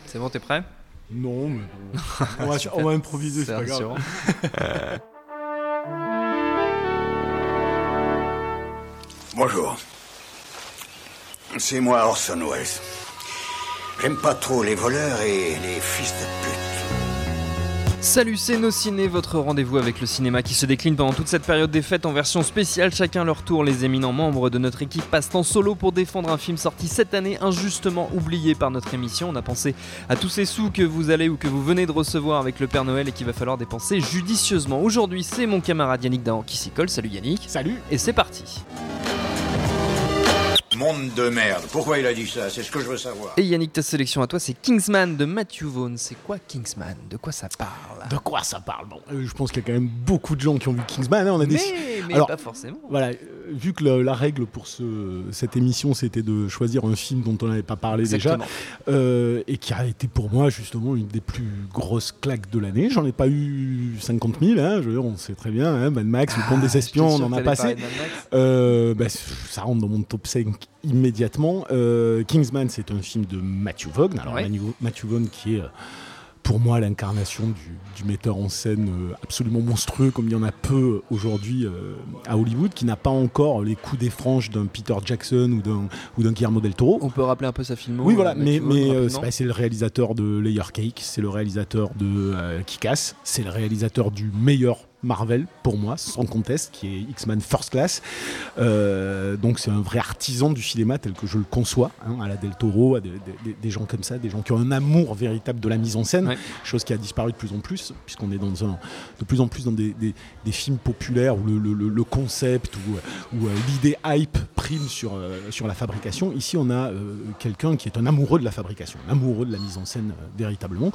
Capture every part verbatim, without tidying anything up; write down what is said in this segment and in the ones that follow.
C'est bon, t'es prêt ? Non, mais bon. on, va, on va improviser, c'est, c'est pas grave. Bonjour. C'est moi Orson Welles. J'aime pas trop les voleurs et les fils de pute. Salut, c'est Nos Ciné, votre rendez-vous avec le cinéma qui se décline pendant toute cette période des fêtes en version spéciale. Chacun leur tour, les éminents membres de notre équipe passent en solo pour défendre un film sorti cette année, injustement oublié par notre émission. On a pensé à tous ces sous que vous allez ou que vous venez de recevoir avec le Père Noël et qu'il va falloir dépenser judicieusement. Aujourd'hui, c'est mon camarade Yannick Dahan qui s'y colle. Salut Yannick. Salut. Et c'est parti. Monde de merde. Pourquoi il a dit ça ? C'est ce que je veux savoir. Et Yannick, ta sélection à toi, c'est Kingsman de Matthew Vaughn. C'est quoi Kingsman ? De quoi ça parle ? De quoi ça parle ? Bon, euh, je pense qu'il y a quand même beaucoup de gens qui ont vu Kingsman. Hein, on a mais des... mais Alors, pas forcément. Voilà, euh, vu que le, la règle pour ce, cette émission, c'était de choisir un film dont on n'avait pas parlé Exactement. déjà, euh, et qui a été pour moi justement une des plus grosses claques de l'année. J'en ai pas eu cinquante mille, hein, je veux dire, on sait très bien, hein, Mad Max, ah, Le Pont des Espions, on en a passé. Euh, bah, ça rentre dans mon top cinq immédiatement. Euh, Kingsman, c'est un film de Matthew Vaughn. Alors ouais. Matthew Vaughn qui est... Euh, pour moi, l'incarnation du, du metteur en scène euh, absolument monstrueux, comme il y en a peu aujourd'hui euh, à Hollywood, qui n'a pas encore les coups des franges d'un Peter Jackson ou d'un, ou d'un Guillermo del Toro. On peut rappeler un peu sa filmo. Oui, voilà, euh, mais, mais euh, c'est, bah, c'est le réalisateur de Layer Cake, c'est le réalisateur de euh, Kick-Ass, c'est le réalisateur du meilleur Marvel, pour moi, sans conteste, qui est X-Men First Class. Euh, donc c'est un vrai artisan du cinéma tel que je le conçois, hein, à la Del Toro, à des, des, des gens comme ça, des gens qui ont un amour véritable de la mise en scène, ouais. Chose qui a disparu de plus en plus, puisqu'on est dans un, de plus en plus dans des, des, des films populaires où le, le, le concept, où, où euh, l'idée hype prime sur, euh, sur la fabrication. Ici, on a euh, quelqu'un qui est un amoureux de la fabrication, un amoureux de la mise en scène euh, véritablement.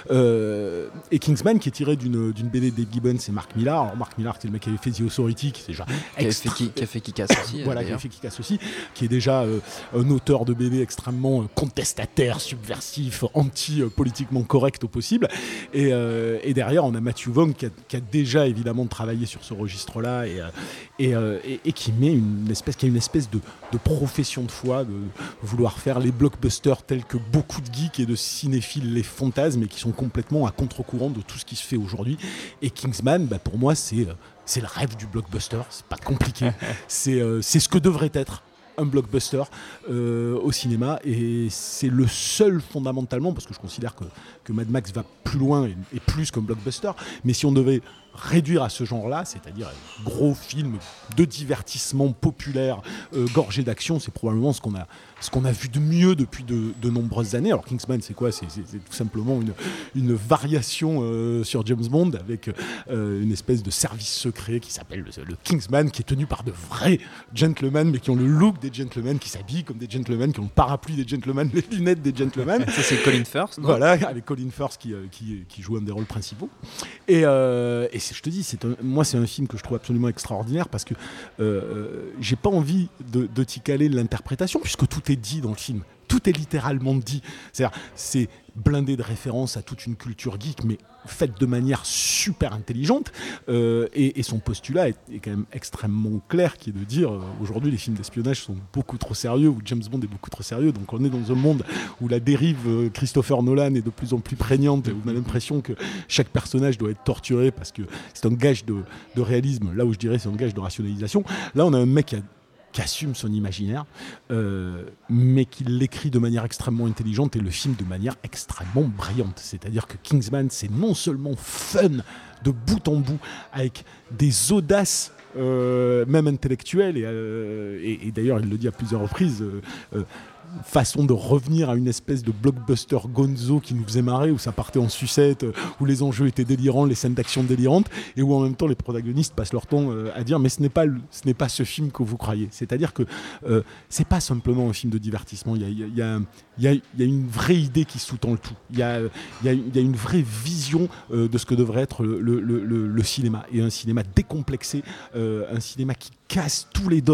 Euh, et Kingsman, qui est tiré d'une, d'une B D de Dave Gibbons et Mark Millar. Alors Mark Millar, c'est le mec qui avait fait The Authority, qui est déjà qui, extra... a fait, qui, qui a fait Kick-Ass aussi. Voilà, d'ailleurs. qui a fait Kick-Ass aussi, qui est déjà euh, un auteur de B D extrêmement euh, contestataire, subversif, anti-politiquement euh, correct au possible. Et, euh, et derrière, on a Matthew Vaughn qui a, qui a déjà évidemment travaillé sur ce registre-là et, euh, et, euh, et, et qui met une espèce, qui a une espèce de, de profession de foi, de vouloir faire les blockbusters tels que beaucoup de geeks et de cinéphiles les fantasment, et qui sont complètement à contre-courant de tout ce qui se fait aujourd'hui. Et Kingsman, bah, pour moi, c'est, c'est le rêve du blockbuster. C'est pas compliqué. c'est, euh, c'est ce que devrait être un blockbuster euh, au cinéma, et c'est le seul fondamentalement, parce que je considère que, que Mad Max va plus loin et, et plus qu'un blockbuster, mais si on devait réduire à ce genre-là, c'est-à-dire un gros film de divertissement populaire, euh, gorgé d'action, c'est probablement ce qu'on a, ce qu'on a vu de mieux depuis de, de nombreuses années. Alors Kingsman, c'est quoi ? c'est, c'est, c'est tout simplement une, une variation euh, sur James Bond, avec euh, une espèce de service secret qui s'appelle le, le Kingsman, qui est tenu par de vrais gentlemen, mais qui ont le look des gentlemen, qui s'habillent comme des gentlemen, qui ont le parapluie des gentlemen, les lunettes des gentlemen. Ça, c'est Colin Firth. Non ? Voilà, avec Colin Firth qui, qui, qui joue un des rôles principaux. Et, euh, et je te dis, c'est un, moi c'est un film que je trouve absolument extraordinaire, parce que euh, j'ai pas envie de, de t'y caler l'interprétation, puisque tout est dit dans le film. Tout est littéralement dit. C'est-à-dire, c'est blindé de références à toute une culture geek, mais faite de manière super intelligente. Euh, et, et son postulat est, est quand même extrêmement clair, qui est de dire, euh, aujourd'hui, les films d'espionnage sont beaucoup trop sérieux, ou James Bond est beaucoup trop sérieux. Donc on est dans un monde où la dérive euh, Christopher Nolan est de plus en plus prégnante, et où on a l'impression que chaque personnage doit être torturé, parce que c'est un gage de, de réalisme, là où je dirais c'est un gage de rationalisation. Là, on a un mec qui a qui assume son imaginaire, euh, mais qui l'écrit de manière extrêmement intelligente, et le film de manière extrêmement brillante. C'est-à-dire que Kingsman, c'est non seulement fun de bout en bout, avec des audaces, euh, même intellectuelles, et, euh, et, et d'ailleurs il le dit à plusieurs reprises, euh, euh, façon de revenir à une espèce de blockbuster gonzo qui nous faisait marrer, où ça partait en sucette, où les enjeux étaient délirants, les scènes d'action délirantes, et où en même temps les protagonistes passent leur temps euh, à dire mais ce n'est pas, ce n'est pas ce film que vous croyez. C'est-à-dire que euh, c'est pas simplement un film de divertissement, il y a, il y a, il y a, il y a une vraie idée qui sous-tend le tout, il y a, il y a, il y a une vraie vision euh, de ce que devrait être le, le, le, le cinéma, et un cinéma décomplexé, euh, un cinéma qui casse tous les dogmes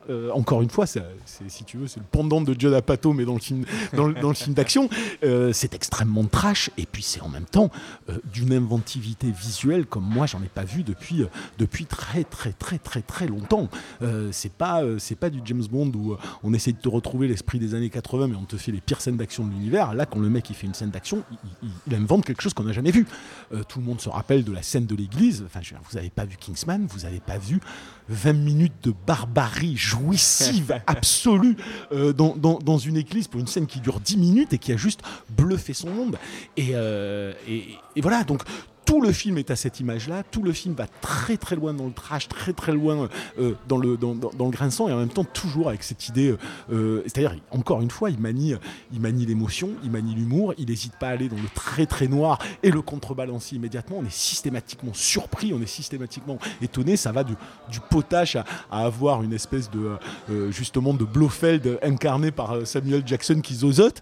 euh, encore une fois, c'est, c'est, si tu veux, c'est le pendant de Judd Apatow, mais dans le film, dans le, dans le film d'action. Euh, c'est extrêmement trash, et puis c'est en même temps euh, d'une inventivité visuelle comme moi j'en ai pas vu depuis euh, depuis très très très très très longtemps. Euh, c'est pas euh, c'est pas du James Bond où euh, on essaie de te retrouver l'esprit des années quatre-vingts, mais on te fait les pires scènes d'action de l'univers. Là, quand le mec il fait une scène d'action, il, il, il invente quelque chose qu'on n'a jamais vu. Euh, tout le monde se rappelle de la scène de l'église. Enfin, je veux dire, vous avez pas vu Kingsman, vous avez pas vu vingt minutes de barbarie jouissive absolue euh, dans, dans, dans une église pour une scène qui dure dix minutes et qui a juste bluffé son monde. Et, euh, et, et voilà, donc tout le film est à cette image-là, tout le film va très très loin dans le trash, très très loin euh, dans, le, dans, dans, dans le grinçant, et en même temps toujours avec cette idée, euh, c'est-à-dire encore une fois, il manie, il manie l'émotion, il manie l'humour, il n'hésite pas à aller dans le très très noir et le contrebalancer immédiatement. On est systématiquement surpris, on est systématiquement étonné, ça va du, du potache à, à avoir une espèce de euh, justement de Blofeld incarné par Samuel Jackson qui zozote,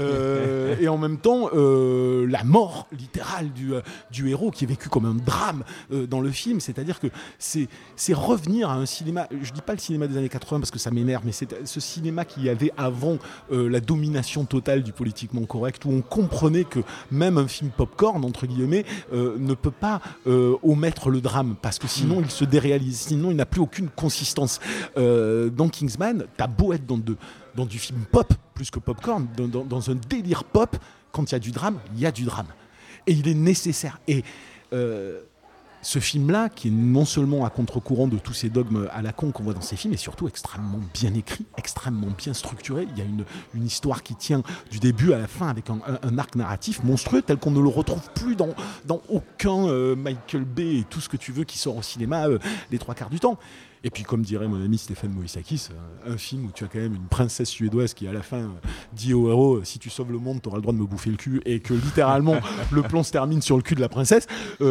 euh, et en même temps euh, la mort littérale du, du héros qui est vécu comme un drame euh, dans le film, c'est-à-dire que c'est, c'est revenir à un cinéma, je dis pas le cinéma des années quatre-vingts parce que ça m'énerve, mais c'est ce cinéma qu'il y avait avant euh, la domination totale du politiquement correct, où on comprenait que même un film popcorn, entre guillemets, euh, ne peut pas euh, omettre le drame, parce que sinon mmh. il se déréalise, sinon il n'a plus aucune consistance. Euh, dans Kingsman, t'as beau être dans, de, dans du film pop, plus que popcorn, dans, dans, dans un délire pop, quand il y a du drame, il y a du drame. Et il est nécessaire. Et euh, ce film-là, qui est non seulement à contre-courant de tous ces dogmes à la con qu'on voit dans ces films, est surtout extrêmement bien écrit, extrêmement bien structuré. Il y a une, une histoire qui tient du début à la fin avec un, un, un arc narratif monstrueux tel qu'on ne le retrouve plus dans, dans aucun euh, Michael Bay et tout ce que tu veux qui sort au cinéma euh, les trois quarts du temps. Et puis, comme dirait mon ami Stéphane Moïsakis, un film où tu as quand même une princesse suédoise qui, à la fin, dit au héros « Si tu sauves le monde, tu auras le droit de me bouffer le cul », et que, littéralement, le plan se termine sur le cul de la princesse,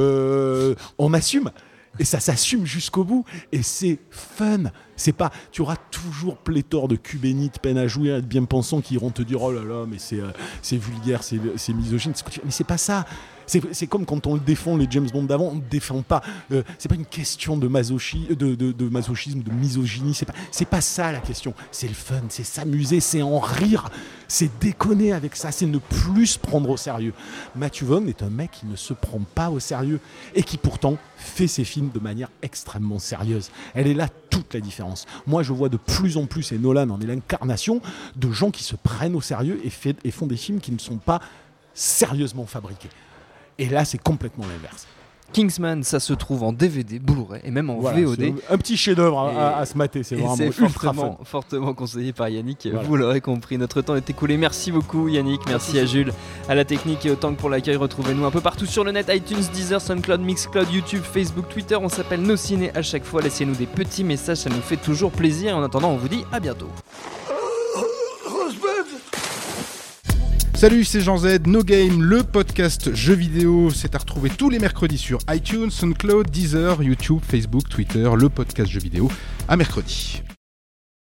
euh, on assume. Et ça s'assume jusqu'au bout. Et c'est fun. C'est pas, tu auras toujours pléthore de cubénites, peine à jouir et de bien-pensants qui iront te dire « Oh là là, mais c'est, euh, c'est vulgaire, c'est, c'est misogyne. » Mais c'est pas ça. C'est, c'est comme quand on le défend, les James Bond d'avant, on ne défend pas. Euh, c'est pas une question de, masochi, de, de, de masochisme, de misogynie. C'est pas, c'est pas ça la question. C'est le fun, c'est s'amuser, c'est en rire, c'est déconner avec ça, c'est ne plus se prendre au sérieux. Matthew Vaughn est un mec qui ne se prend pas au sérieux et qui pourtant fait ses films de manière extrêmement sérieuse. Elle est là toute la différence. Moi, je vois de plus en plus, et Nolan en est l'incarnation, de gens qui se prennent au sérieux et, fait, et font des films qui ne sont pas sérieusement fabriqués. Et là, c'est complètement l'inverse. Kingsman, ça se trouve en D V D, Blu-ray et même en voilà, V O D. Un petit chef-d'œuvre à, à, à se mater, c'est vraiment c'est ultra fortement, fun. fortement conseillé par Yannick, voilà. Vous l'aurez compris, notre temps est écoulé. Merci beaucoup Yannick, merci, merci à Jules, à la technique et au Tank pour l'accueil. Retrouvez-nous un peu partout sur le net, iTunes, Deezer, SoundCloud, Mixcloud, YouTube, Facebook, Twitter. On s'appelle Nos Ciné à chaque fois. Laissez-nous des petits messages, ça nous fait toujours plaisir. En attendant, on vous dit à bientôt. Salut, c'est Jean Z, No Game, le podcast jeux vidéo. C'est à retrouver tous les mercredis sur iTunes, SoundCloud, Deezer, YouTube, Facebook, Twitter, le podcast jeux vidéo. À mercredi.